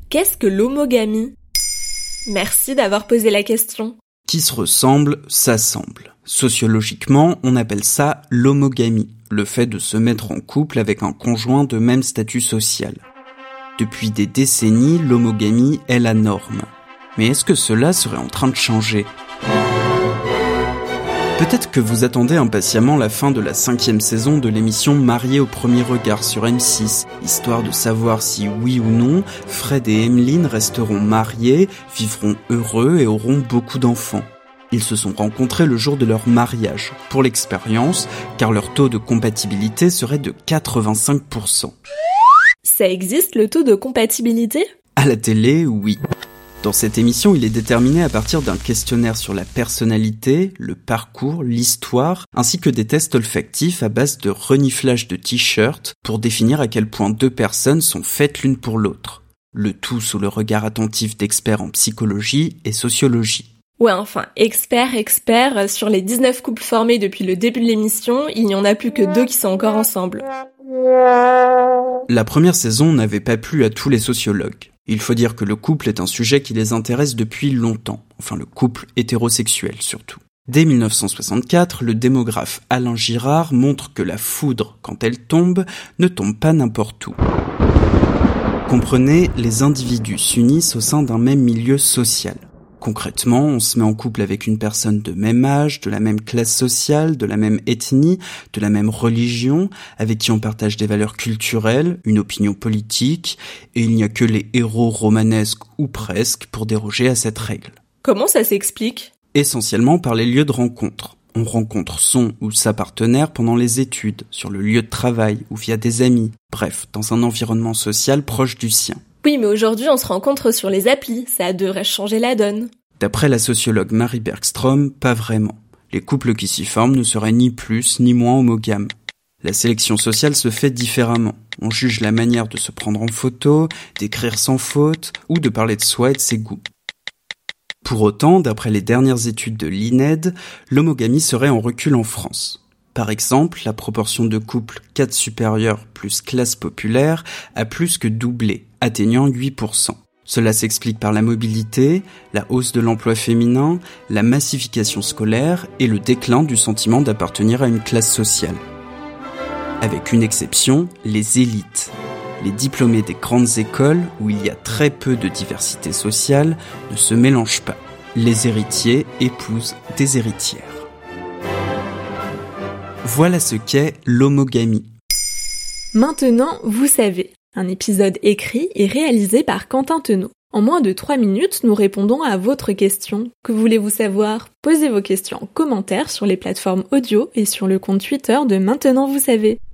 Qu'est-ce que l'homogamie ? Merci d'avoir posé la question. Qui se ressemble, s'assemble. Sociologiquement, on appelle ça l'homogamie, le fait de se mettre en couple avec un conjoint de même statut social. Depuis des décennies, l'homogamie est la norme. Mais est-ce que cela serait en train de changer ? Peut-être que vous attendez impatiemment la fin de la 5e saison de l'émission Mariés au premier regard sur M6, histoire de savoir si oui ou non, Fred et Emeline resteront mariés, vivront heureux et auront beaucoup d'enfants. Ils se sont rencontrés le jour de leur mariage, pour l'expérience, car leur taux de compatibilité serait de 85%. Ça existe le taux de compatibilité ? À la télé, oui. Dans cette émission, il est déterminé à partir d'un questionnaire sur la personnalité, le parcours, l'histoire, ainsi que des tests olfactifs à base de reniflage de t-shirts pour définir à quel point deux personnes sont faites l'une pour l'autre. Le tout sous le regard attentif d'experts en psychologie et sociologie. Ouais, enfin, expert, sur les 19 couples formés depuis le début de l'émission, il n'y en a plus que 2 qui sont encore ensemble. La première saison n'avait pas plu à tous les sociologues. Il faut dire que le couple est un sujet qui les intéresse depuis longtemps, enfin le couple hétérosexuel surtout. Dès 1964, le démographe Alain Girard montre que la foudre, quand elle tombe, ne tombe pas n'importe où. Comprenez, les individus s'unissent au sein d'un même milieu social. Concrètement, on se met en couple avec une personne de même âge, de la même classe sociale, de la même ethnie, de la même religion, avec qui on partage des valeurs culturelles, une opinion politique, et il n'y a que les héros romanesques ou presque pour déroger à cette règle. Comment ça s'explique ? Essentiellement par les lieux de rencontre. On rencontre son ou sa partenaire pendant les études, sur le lieu de travail ou via des amis, bref, dans un environnement social proche du sien. Oui, mais aujourd'hui on se rencontre sur les applis, ça devrait changer la donne. D'après la sociologue Marie Bergstrom, pas vraiment. Les couples qui s'y forment ne seraient ni plus ni moins homogames. La sélection sociale se fait différemment. On juge la manière de se prendre en photo, d'écrire sans faute ou de parler de soi et de ses goûts. Pour autant, d'après les dernières études de l'INED, l'homogamie serait en recul en France. Par exemple, la proportion de couples cadre supérieur plus classe populaire a plus que doublé, atteignant 8%. Cela s'explique par la mobilité, la hausse de l'emploi féminin, la massification scolaire et le déclin du sentiment d'appartenir à une classe sociale. Avec une exception, les élites. Les diplômés des grandes écoles, où il y a très peu de diversité sociale, ne se mélangent pas. Les héritiers épousent des héritières. Voilà ce qu'est l'homogamie. Maintenant, vous savez. Un épisode écrit et réalisé par Quentin Tenot. En moins de 3 minutes, nous répondons à votre question. Que voulez-vous savoir ? Posez vos questions en commentaire sur les plateformes audio et sur le compte Twitter de Maintenant vous savez.